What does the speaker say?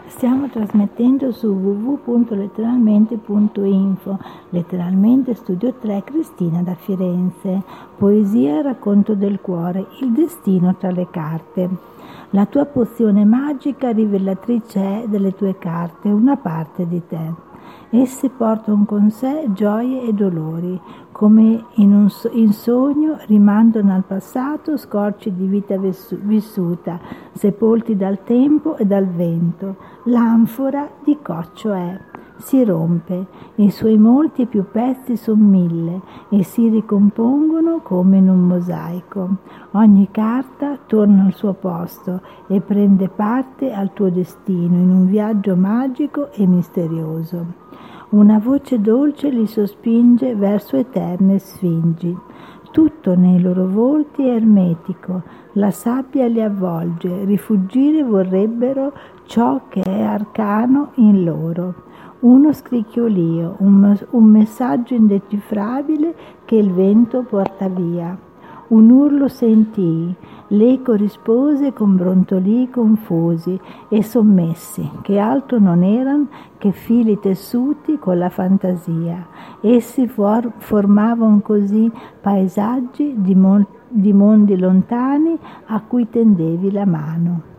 Stiamo trasmettendo su www.letteralmente.info, letteralmente Studio 3, Cristina da Firenze. Poesia e racconto del cuore, il destino tra le carte. La tua pozione magica rivelatrice è delle tue carte una parte di te. Esse portano con sé gioie e dolori, come in sogno rimandano al passato scorci di vita vissuta, sepolti dal tempo e dal vento. L'anfora di coccio è, si rompe, i suoi molti e più pezzi son 1000 e si ricompongono come in un mosaico. Ogni carta torna al suo posto e prende parte al tuo destino in un viaggio magico e misterioso. Una voce dolce li sospinge verso eterne sfingi. Tutto nei loro volti è ermetico, la sabbia li avvolge, rifuggire vorrebbero ciò che è arcano in loro. Uno scricchiolio, un messaggio indecifrabile che il vento porta via. Un urlo sentii, l'eco rispose con brontolii confusi e sommessi, che altro non eran che fili tessuti con la fantasia. Essi formavano così paesaggi di mondi lontani a cui tendevi la mano.